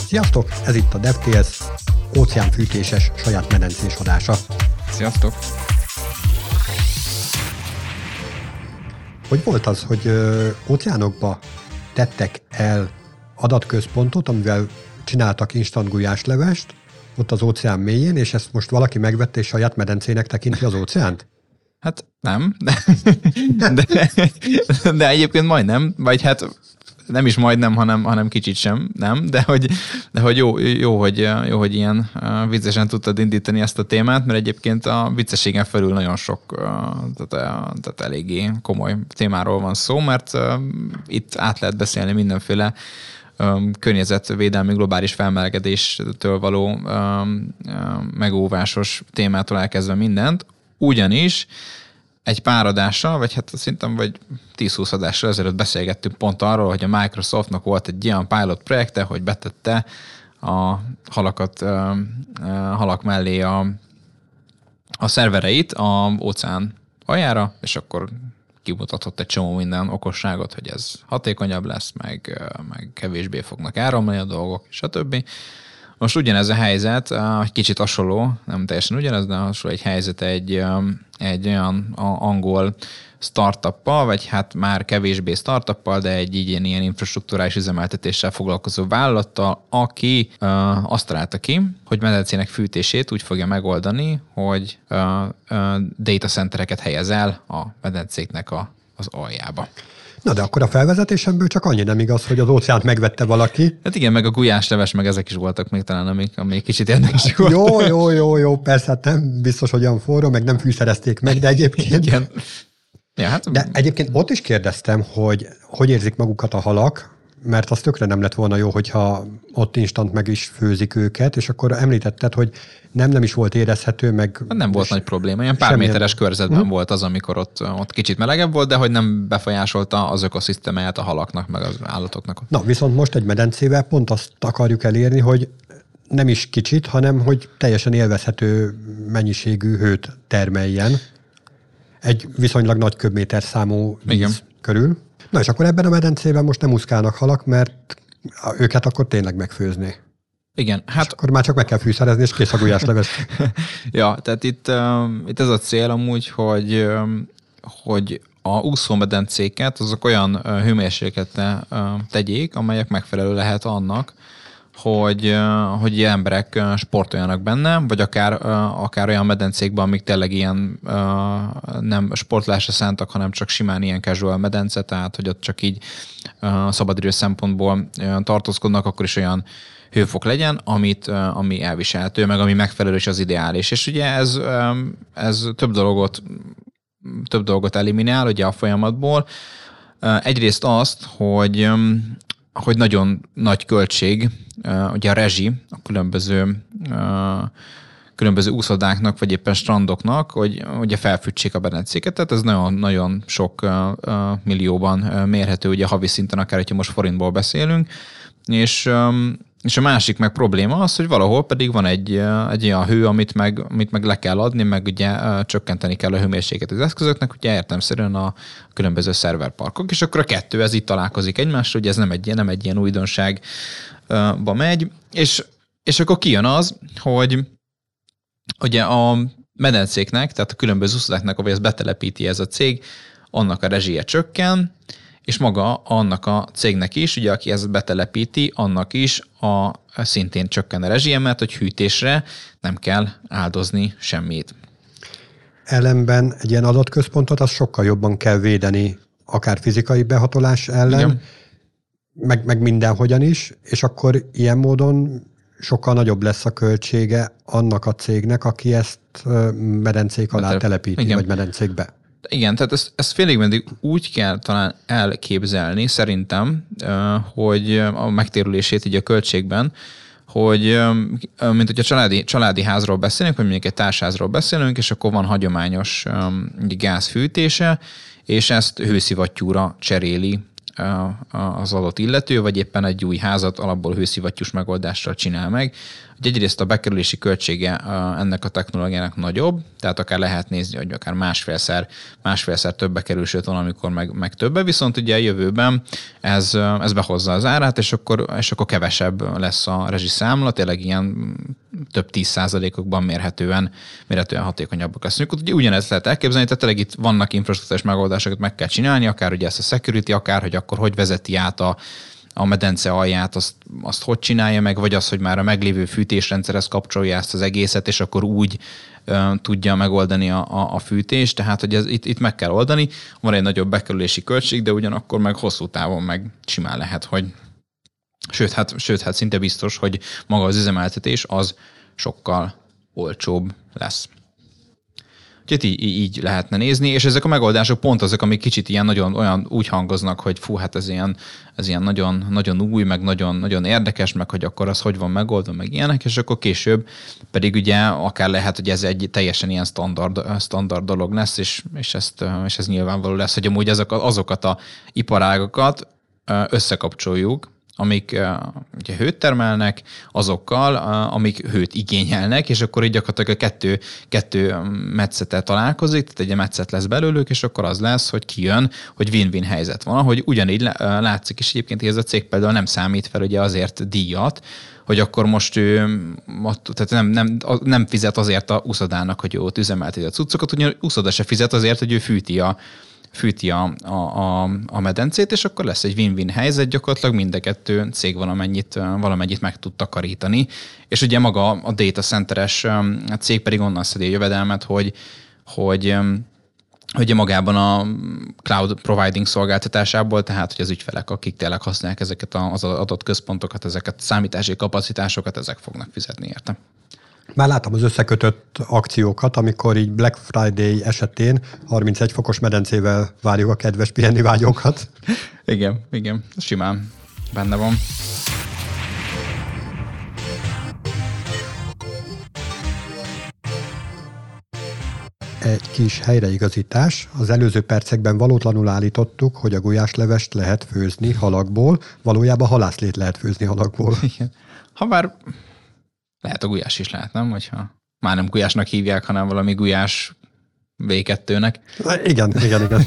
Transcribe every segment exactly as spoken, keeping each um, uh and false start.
Sziasztok! Ez itt a DevTales óceánfűtéses saját medencés adása. Sziasztok! Hogy volt az, hogy ö, óceánokba tettek el adatközpontot, amivel csináltak instant gulyáslevest, ott az óceán mélyén, és ezt most valaki megvette, és saját medencének tekinti az óceánt? Hát nem, de, de, de egyébként majdnem, vagy hát nem is majdnem, hanem, hanem kicsit sem, nem, de hogy, de hogy jó, jó, hogy, jó, hogy ilyen viccesen tudtad indítani ezt a témát, mert egyébként a viccességen felül nagyon sok, tehát, tehát eléggé komoly témáról van szó, mert itt át lehet beszélni mindenféle környezetvédelmi globális felmelegedéstől való megóvásos témától elkezdve mindent, ugyanis egy pár adással, vagy hát szerintem vagy tíz-húsz adással ezelőtt beszélgettünk pont arról, hogy a Microsoftnak volt egy ilyen pilot projekte, hogy betette a halakat, a halak mellé a, a szervereit a óceán aljára, és akkor kimutathatott egy csomó minden okosságot, hogy ez hatékonyabb lesz, meg, meg kevésbé fognak áramlani a dolgok, stb. Most ugyanez a helyzet, egy kicsit hasonló, nem teljesen ugyanez, de hasonló egy helyzet egy, egy olyan angol startuppal, vagy hát már kevésbé startuppal, de egy ilyen, ilyen infrastruktúrális üzemeltetéssel foglalkozó vállalattal, aki uh, azt találta ki, hogy medencének fűtését úgy fogja megoldani, hogy uh, uh, data centereket helyez el a medencéknek a, az aljába. Na de akkor a felvezetésemből csak annyi nem igaz, hogy az óceánt megvette valaki. Hát igen, meg a gulyásleves, meg ezek is voltak még talán, amik, amik kicsit érdekesek hát voltak. Jó, jó, jó, jó, persze, hát nem biztos, hogy olyan forró, meg nem fűszerezték meg, de egyébként... Igen. Ja, hát... De egyébként ott is kérdeztem, hogy hogy érzik magukat a halak, mert az tökre nem lett volna jó, hogyha ott instant meg is főzik őket, és akkor említetted, hogy nem, nem is volt érezhető, meg... Nem volt nagy probléma, ilyen pár semmilyen... méteres körzetben hmm. volt az, amikor ott, ott kicsit melegebb volt, de hogy nem befolyásolta az ökoszisztémáját a halaknak, meg az állatoknak. Na, viszont most egy medencével pont azt akarjuk elérni, hogy nem is kicsit, hanem hogy teljesen élvezhető mennyiségű hőt termeljen. Egy viszonylag nagy köbméter számú víz Igen. körül. Na és akkor ebben a medencében most nem úszkálnak halak, mert őket akkor tényleg megfőzni. Igen, hát... És akkor már csak meg kell fűszerezni, és kész a gulyásleves. Ja, tehát itt, uh, itt ez a cél amúgy, hogy, uh, hogy a úszómedencéket azok olyan uh, hőmérsékletre uh, tegyék, amelyek megfelelő lehet annak, hogy, uh, hogy ilyen emberek uh, sportoljanak benne, vagy akár, uh, akár olyan medencékben, amik tényleg ilyen uh, nem sportlásra szántak, hanem csak simán ilyen casual medence, tehát hogy ott csak így uh, szabadidő szempontból uh, tartózkodnak, akkor is olyan hőfok legyen, amit, uh, ami elviselhető, meg ami megfelelő és az ideális. És ugye ez, um, ez több dolgot, több dolgot eliminál ugye a folyamatból. Uh, egyrészt azt, hogy um, hogy nagyon nagy költség, uh, ugye a rezsi, a különböző, uh, különböző úszodáknak, vagy éppen strandoknak, hogy ugye felfűtsék a medencéket, tehát ez nagyon, nagyon sok uh, uh, millióban uh, mérhető, ugye havi szinten, akár hogyha most forintból beszélünk, és, um, és a másik meg probléma az, hogy valahol pedig van egy, uh, egy olyan hő, amit meg, amit meg le kell adni, meg ugye uh, csökkenteni kell a hőmérsékletet az eszközöknek, ugye értelemszerűen a különböző szerverparkok, és akkor a kettő ez itt találkozik egymással, ugye ez nem egy, nem egy ilyen újdonságba megy, és, és akkor kijön az, hogy ugye a medencéknek, tehát a különböző úszodáknak, ahogy ezt betelepíti ez a cég, annak a rezsie csökken, és maga annak a cégnek is, ugye aki ezt betelepíti, annak is a, szintén csökken a rezsie, mert hogy hűtésre nem kell áldozni semmit. Ellenben egy ilyen adatközpontot az sokkal jobban kell védeni, akár fizikai behatolás ellen, Igen. meg, meg mindenhogyan is, és akkor ilyen módon sokkal nagyobb lesz a költsége annak a cégnek, aki ezt medencék alá telepíti, Igen. vagy medencékbe. Igen, tehát ezt, ezt félig meddig úgy kell talán elképzelni, szerintem, hogy a megtérülését így a költségben, hogy mint hogyha családi, családi házról beszélünk, vagy mondjuk egy társházról beszélünk, és akkor van hagyományos gázfűtése, és ezt hőszivattyúra cseréli az adott illető, vagy éppen egy új házat alapból hőszivattyús megoldással csinál meg. hogy egyrészt a bekerülési költsége ennek a technológiának nagyobb, tehát akár lehet nézni, hogy akár másfélszer, másfélszer többbe kerül, sőt van, amikor meg, meg többe, viszont ugye a jövőben ez, ez behozza az árát, és akkor, és akkor kevesebb lesz a rezsiszámla, tényleg ilyen több tíz százalékokban mérhetően, mérhetően hatékonyabbak leszünk. Ugye ugyanezt lehet elképzelni, tehát tényleg itt vannak infrastruktúrás megoldásokat meg kell csinálni, akár ugye ezt a security, akár hogy akkor hogy vezeti át a a medence alját, azt, azt hogy csinálja meg, vagy az, hogy már a meglévő fűtésrendszerhez kapcsolja ezt az egészet, és akkor úgy uh, tudja megoldani a, a, a fűtést, tehát hogy ez, itt, itt meg kell oldani, van egy nagyobb bekerülési költség, de ugyanakkor meg hosszú távon meg simán lehet, hogy sőt, hát, sőt, hát szinte biztos, hogy maga az üzemeltetés az sokkal olcsóbb lesz. Úgyhogy így, így lehetne nézni, és ezek a megoldások pont azok, amik kicsit ilyen nagyon olyan úgy hangoznak, hogy fú, hát ez ilyen, ez ilyen nagyon, nagyon új, meg nagyon, nagyon érdekes, meg hogy akkor az hogy van megoldva, meg ilyenek, és akkor később pedig ugye akár lehet, hogy ez egy teljesen ilyen standard, standard dolog lesz, és, és, ezt, és ez nyilvánvaló lesz, hogy amúgy azok, azokat a iparágokat összekapcsoljuk, amik uh, ugye hőt termelnek, azokkal, uh, amik hőt igényelnek, és akkor így gyakorlatilag a kettő, kettő metszete találkozik, tehát egy metszet lesz belőlük, és akkor az lesz, hogy kijön, hogy win-win helyzet van. Ahogy ugyanígy uh, látszik is egyébként, hogy ez a cég például nem számít fel ugye azért díjat, hogy akkor most ő tehát nem, nem, nem fizet azért a uszodának, hogy ott üzemelteti a cuccokat, ugyan uszoda se fizet azért, hogy ő fűti a fűti a, a, a, a medencét, és akkor lesz egy win-win helyzet, gyakorlatilag mind a kettő cég valamennyit, valamennyit meg tud takarítani. És ugye maga a data centeres cég pedig onnan szedi a jövedelmet, hogy, hogy, hogy magában a cloud providing szolgáltatásából, tehát hogy az ügyfelek, akik tényleg használják ezeket az adott központokat, ezeket a számítási kapacitásokat, ezek fognak fizetni érte. Már láttam az összekötött akciókat, amikor így Black Friday esetén harmincegy fokos medencével várjuk a kedves pihenni vágyókat. Igen, igen, simán benne van. Egy kis helyreigazítás. Az előző percekben valótlanul állítottuk, hogy a gulyáslevest lehet főzni halakból, valójában halászlét lehet főzni halakból. Igen. Ha bár lehet a gulyás is lehet, nem? Hogyha már nem gulyásnak hívják, hanem valami gulyás vé kettőnek. Igen, igen, igen.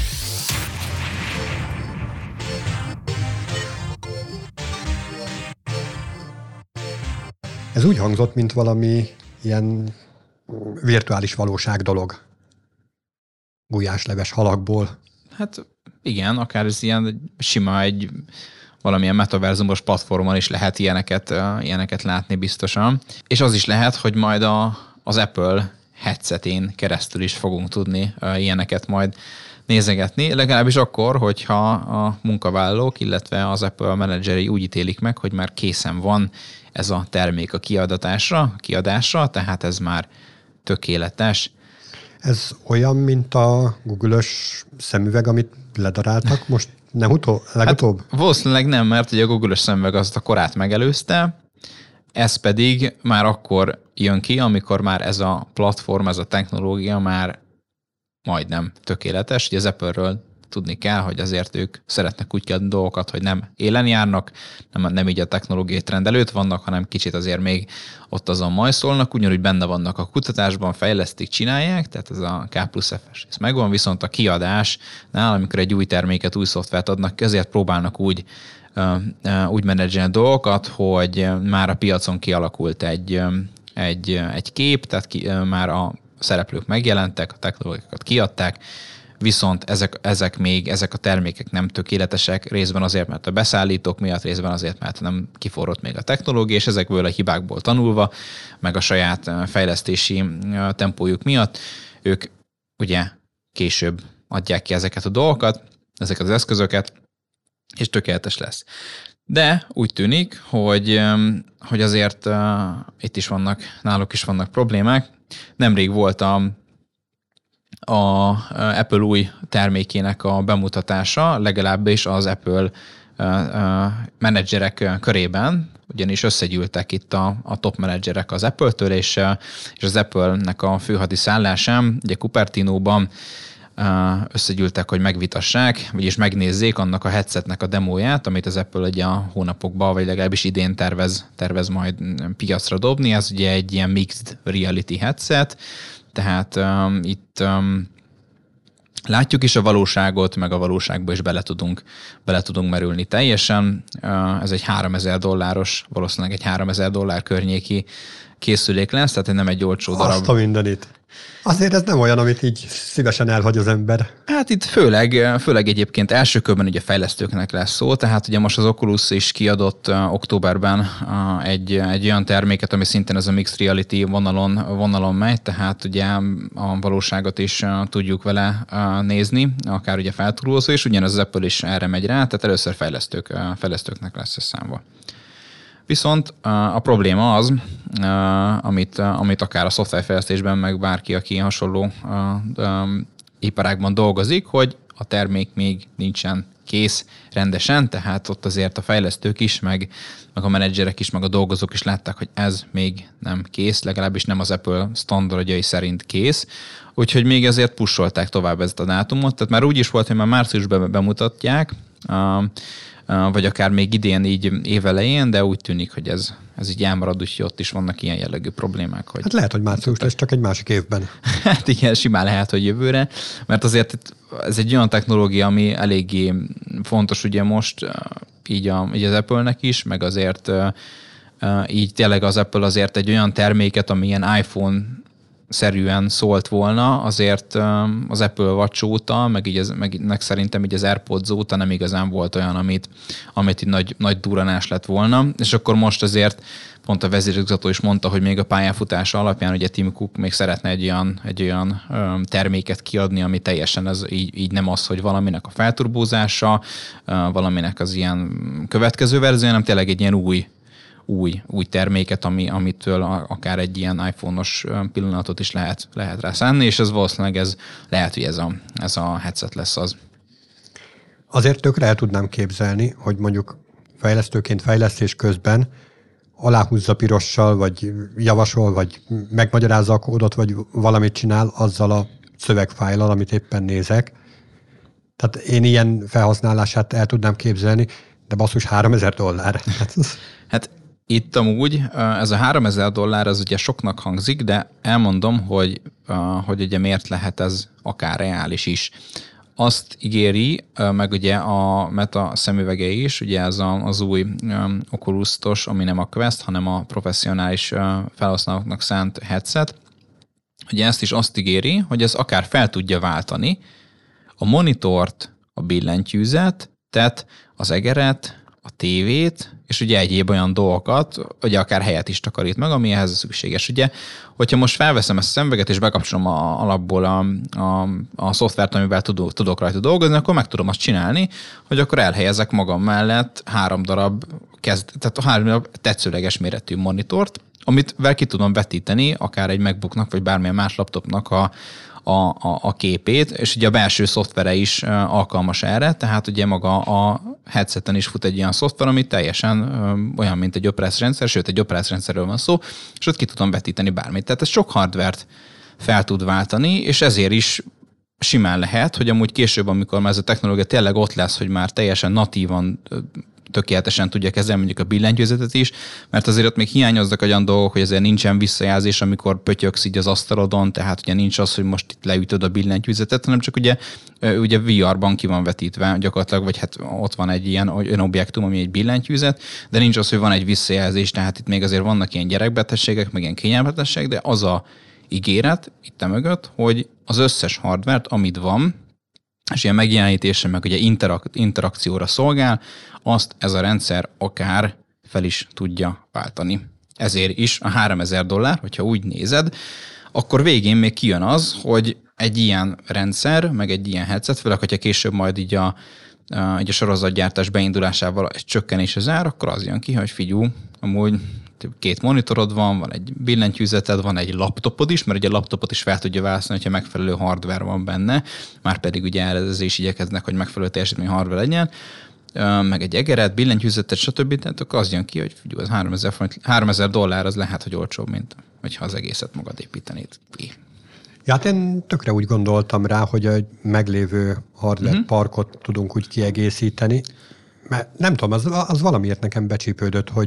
Ez úgy hangzott, mint valami ilyen virtuális valóság dolog. Gulyásleves halakból. Hát igen, akár ez ilyen sima egy valamilyen metaverzumos platformon is lehet ilyeneket, uh, ilyeneket látni biztosan. És az is lehet, hogy majd a, az Apple headsetén keresztül is fogunk tudni uh, ilyeneket majd nézegetni, legalábbis akkor, hogyha a munkavállalók, illetve az Apple menedzseri úgy ítélik meg, hogy már készen van ez a termék a kiadatásra, kiadásra, tehát ez már tökéletes. Ez olyan, mint a Google-ös szemüveg, amit ledaráltak most nem utó, legutóbb? Hát valószínűleg nem, mert ugye a Google-ös szemüveg azt a korát megelőzte, ez pedig már akkor jön ki, amikor már ez a platform, ez a technológia már majdnem tökéletes. Ugye az Apple-ről tudni kell, hogy azért ők szeretnek úgy kiadni dolgokat, hogy nem élen járnak, nem, nem így a technológiai trend előtt vannak, hanem kicsit azért még ott azon majszolnak, ugyanúgy benne vannak a kutatásban, fejlesztik, csinálják, tehát ez a K plusz F-es, ez megvan, viszont a kiadásnál, amikor egy új terméket, új szoftvert adnak, ezért próbálnak úgy, úgy menedzselni dolgokat, hogy már a piacon kialakult egy, egy, egy kép, tehát ki, már a szereplők megjelentek, a technológiákat kiadták, viszont ezek, ezek még, ezek a termékek nem tökéletesek, részben azért, mert a beszállítók miatt, részben azért, mert nem kiforrott még a technológia, és ezekből a hibákból tanulva, meg a saját fejlesztési tempójuk miatt, ők ugye később adják ki ezeket a dolgokat, ezeket az eszközöket, és tökéletes lesz. De úgy tűnik, hogy, hogy azért uh, itt is vannak, náluk is vannak problémák. Nemrég volt a a Apple új termékének a bemutatása, legalábbis az Apple menedzserek körében, ugyanis összegyűltek itt a, a top menedzserek az Apple-től, és, és az Apple-nek a főhadiszállásán, ugye Cupertino-ban összegyűltek, hogy megvitassák, vagyis megnézzék annak a headsetnek a demóját, amit az Apple ugye a hónapokban, vagy legalábbis idén tervez, tervez majd piacra dobni. Ez ugye egy ilyen mixed reality headset, tehát um, itt um, látjuk is a valóságot, meg a valóságba is bele tudunk, bele tudunk merülni teljesen. Uh, ez egy háromezer dolláros, valószínűleg egy háromezer dollár környéki készülék lesz, tehát nem egy olcsó darab. Azt a mindenit. Azért ez nem olyan, amit így szívesen elhagy az ember. Hát itt főleg, főleg egyébként első körben ugye fejlesztőknek lesz szó, tehát ugye most az Oculus is kiadott uh, októberben uh, egy, egy olyan terméket, ami szintén ez a mixed reality vonalon, vonalon megy, tehát ugye a valóságot is uh, tudjuk vele uh, nézni, akár ugye felturulózó, és ugyanez az Apple is erre megy rá, tehát először fejlesztők, uh, fejlesztőknek lesz ez számva. Viszont a probléma az, amit, amit akár a szoftverfejlesztésben, meg bárki, aki hasonló iparágban dolgozik, hogy a termék még nincsen kész rendesen, tehát ott azért a fejlesztők is, meg, meg a menedzserek is, meg a dolgozók is látták, hogy ez még nem kész, legalábbis nem az Apple standardjai szerint kész, úgyhogy még ezért pusolták tovább ezt a dátumot, tehát már úgy is volt, hogy már márciusban bemutatják, vagy akár még idén így évelején, de úgy tűnik, hogy ez, ez így elmarad, úgyhogy ott is vannak ilyen jellegű problémák. Hogy hát lehet, hogy március lesz, csak egy másik évben. Hát igen, simán lehet, hogy jövőre, mert azért ez egy olyan technológia, ami eléggé fontos ugye most így, a, így az Apple-nek is, meg azért így tényleg az Apple azért egy olyan terméket, ami ilyen iPhone szerűen szólt volna, azért az Apple Watch óta, meg, így ez, meg szerintem így az AirPods óta nem igazán volt olyan, amit, amit így nagy, nagy duranás lett volna, és akkor most azért pont a vezérigazgató is mondta, hogy még a pályafutása alapján ugye Tim Cook még szeretne egy olyan, egy olyan terméket kiadni, ami teljesen ez, így, így nem az, hogy valaminek a felturbózása, valaminek az ilyen következő verzió, hanem tényleg egy ilyen új új, új terméket, ami, amitől akár egy ilyen iPhone-os pillanatot is lehet, lehet rá szánni, és ez valószínűleg ez, lehet, hogy ez a, ez a headset lesz az. Azért tökre el tudnám képzelni, hogy mondjuk fejlesztőként fejlesztés közben aláhúzza pirossal, vagy javasol, vagy megmagyarázza a kódot, vagy valamit csinál azzal a szövegfájlal, amit éppen nézek. Tehát én ilyen felhasználását el tudnám képzelni, de basszus háromezer dollár. Hát itt amúgy ez a háromezer dollár az ugye soknak hangzik, de elmondom, hogy, hogy ugye miért lehet ez akár reális is. Azt ígéri, meg ugye a Meta szemüvege is, ugye ez az új Oculus-os, ami nem a Quest, hanem a professzionális felhasználóknak szánt headset, ugye ezt is azt ígéri, hogy ez akár fel tudja váltani a monitort, a billentyűzet, tehát az egeret, a tévét, és ugye egyéb olyan dolgokat, ugye akár helyet is takarít meg, ami ehhez szükséges. Ugye, hogyha most felveszem ezt a szemüveget, és bekapcsolom a, alapból a, a, a szoftvert, amivel tudok, tudok rajta dolgozni, akkor meg tudom azt csinálni, hogy akkor elhelyezek magam mellett három darab, kezd, tehát három darab tetszőleges méretű monitort, amit vel ki tudom vetíteni, akár egy MacBooknak, vagy bármilyen más laptopnak a A, a, a képét, és ugye a belső szoftvere is alkalmas erre, tehát ugye maga a headseten is fut egy ilyen szoftver, ami teljesen olyan, mint egy operációs sőt, egy operációs van szó, és ott ki tudom vetíteni bármit. Tehát ez sok hardvert fel tud váltani, és ezért is simán lehet, hogy amúgy később, amikor már ez a technológia tényleg ott lesz, hogy már teljesen natívan tökéletesen tudja kezelni mondjuk a billentyűzetet is, mert azért ott még hiányoznak olyan dolgok, hogy azért nincsen visszajelzés, amikor pötyöksz így az asztalodon, tehát ugye nincs az, hogy most itt leütöd a billentyűzetet, hanem csak ugye, ugye vé er-ban ki van vetítve gyakorlatilag, vagy hát ott van egy ilyen olyan objektum, ami egy billentyűzet, de nincs az, hogy van egy visszajelzés, tehát itt még azért vannak ilyen gyerekbetegségek, meg ilyen kényelmetlenségek, de az a ígéret itt a mögött, hogy az összes hardvert, amit van, és ilyen megjelenítésre, meg ugye interak- interakcióra szolgál, azt ez a rendszer akár fel is tudja váltani. Ezért is a háromezer dollár, hogyha úgy nézed, akkor végén még kijön az, hogy egy ilyen rendszer, meg egy ilyen headset, főleg, hogyha később majd így a, a, így a sorozatgyártás beindulásával egy csökkenés az ár, akkor az jön ki, hogy figyú, amúgy két monitorod van, van egy billentyűzeted, van egy laptopod is, mert ugye a laptopot is fel tudja választani, hogyha megfelelő hardware van benne, már pedig ugye ez is igyekeznek, hogy megfelelő teljesítmény hardware legyen, meg egy egeret, billentyűzetet, stb. Tehát akkor az jön ki, hogy figyelj, az háromezer, háromezer dollár az lehet, hogy olcsóbb, mint hogyha az egészet magad építenéd ki. Ja, hát én tökre úgy gondoltam rá, hogy egy meglévő hardware uh-huh. parkot tudunk úgy kiegészíteni, mert nem tudom, az, az valamiért nekem becsípődött, hogy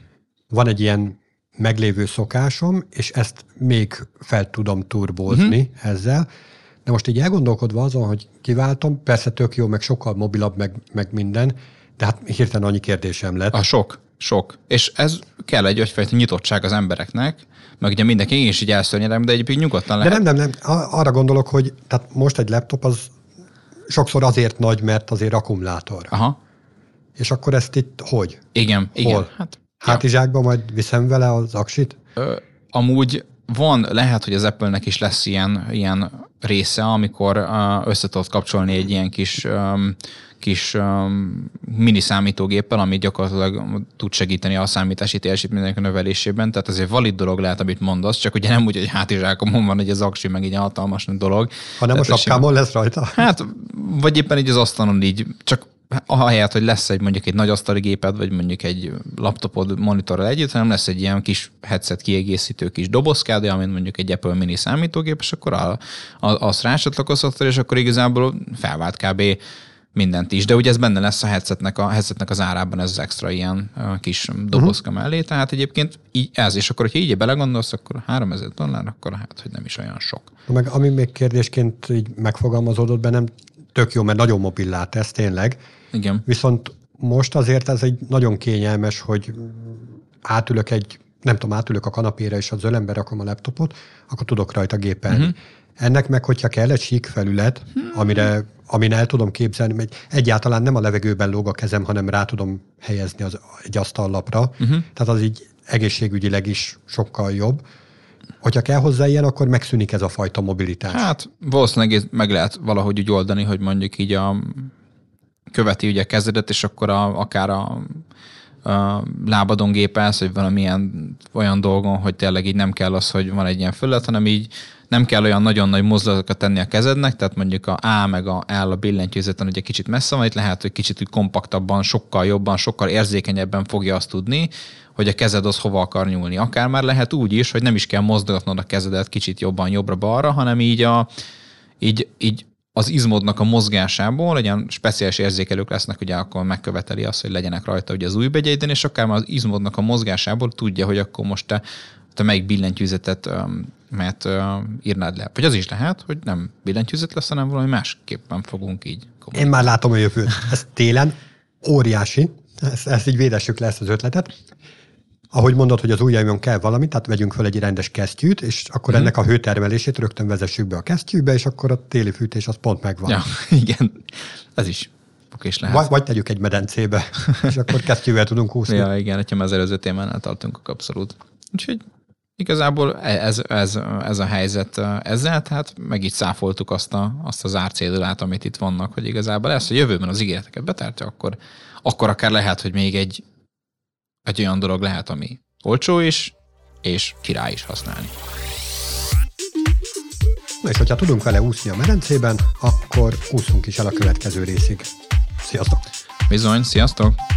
van egy ilyen meglévő szokásom, és ezt még fel tudom turbózni uh-huh. ezzel, de most így elgondolkodva azon, hogy kiváltom, persze tök jó, meg sokkal mobilabb, meg, meg minden, de hát hirtelen annyi kérdésem lett. A sok, sok. És ez kell egy egyfajta nyitottság az embereknek, meg ugye mindenki, én is így elszörnyedem, de egyébként nyugodtan lehet. De nem, nem, nem. Arra gondolok, hogy tehát most egy laptop az sokszor azért nagy, mert azért akkumulátor. Aha. És akkor ezt itt hogy? Igen, Hol? igen. Hát, Hátizsákba majd viszem vele az aksit? Ö, amúgy van, lehet, hogy az Apple-nek is lesz ilyen, ilyen része, amikor uh, össze tudod kapcsolni egy ilyen kis, um, kis um, mini számítógéppel, ami gyakorlatilag tud segíteni a számítási teljesítménynek a növelésében. Tehát azért valid dolog lehet, amit mondasz, csak ugye nem úgy, hogy hátizsákomon van, hogy az aksi meg egy hatalmas dolog. Hanem a sapkámon lesz rajta. Hát, vagy éppen így az asztalon így, csak ahelyett, hogy lesz egy mondjuk egy nagy asztali géped, vagy mondjuk egy laptopod monitorral együtt, hanem lesz egy ilyen kis headset kiegészítő kis dobozkád, amint mondjuk egy Apple mini számítógép, és akkor a, a, azt rácsatlakozhatod, és akkor igazából felvált kb. Mindent is. De ugye ez benne lesz a headsetnek, a headsetnek az árában, ez az extra ilyen kis dobozka uh-huh. mellé, tehát egyébként így ez, és akkor, hogyha így belegondolsz, akkor háromezer dollár, akkor hát, hogy nem is olyan sok. Meg ami még kérdésként így megfogalmazódott bennem, tök jó, mert nagyon mobillá tesz tényleg. Igen. Viszont most azért ez egy nagyon kényelmes, hogy átülök egy, nem tudom, átülök a kanapére, és az ölembe rakom a laptopot, akkor tudok rajta gépelni. Uh-huh. Ennek meg, hogyha kell egy sík felület, hmm. amire, amin el tudom képzelni, hogy egyáltalán nem a levegőben lóg a kezem, hanem rá tudom helyezni az, egy asztallapra. Uh-huh. Tehát az így egészségügyileg is sokkal jobb. Hogyha kell hozzá ilyen, akkor megszűnik ez a fajta mobilitás. Hát valószínűleg meg lehet valahogy úgy oldani, hogy mondjuk így a követi ugye a kezedet, és akkor a, akár a, a lábadon gépelsz, vagy valamilyen olyan dolgon, hogy tényleg így nem kell az, hogy van egy ilyen felület, hanem így nem kell olyan nagyon nagy mozdulatokat tenni a kezednek, tehát mondjuk a A meg a L a billentyűzeten ugye kicsit messze van, itt lehet, hogy kicsit úgy kompaktabban, sokkal jobban, sokkal érzékenyebben fogja azt tudni, hogy a kezed az hova akar nyúlni. Akár már lehet úgy is, hogy nem is kell mozdogatnod a kezedet kicsit jobban jobbra-balra, hanem így, a, így, így az izmodnak a mozgásából, legyen speciális érzékelők lesznek, ugye akkor megköveteli azt, hogy legyenek rajta ugye az ujjbegyeiden, és akár már az izmodnak a mozgásából tudja, hogy akkor most te, te melyik billentyűzetet mert uh, írnád le. Vagy az is lehet, hogy nem billentyűzet lesz, hanem valami másképpen fogunk így kommunikálni. Én már látom a jövőt. Ez télen óriási, ezt, ezt így védessük le ezt az ötletet. Ahogy mondod, hogy az ujjaimon kell valami, tehát vegyünk fel egy rendes kesztyűt, és akkor hmm. ennek a hőtermelését rögtön vezessük be a kesztyűbe, és akkor a téli fűtés az pont megvan. Ja, igen. Ez is oké is lehet. Vagy, vagy tegyük egy medencébe, és akkor kesztyűvel tudunk úszni. Ja, igen, hogyha már az előző témánál tartunk, abszolút. Úgyhogy igazából ez, ez, ez a helyzet ezzel, tehát meg így száfoltuk azt, a, azt az árcédulát, amit itt vannak, hogy igazából lesz, hogy jövőben az ígéreteket betartja, akkor, akkor akár lehet, hogy még egy, egy olyan dolog lehet, ami olcsó is, és király is használni. Na és hogyha tudunk vele úszni a medencében, akkor úszunk is el a következő részig. Sziasztok! Bizony, sziasztok!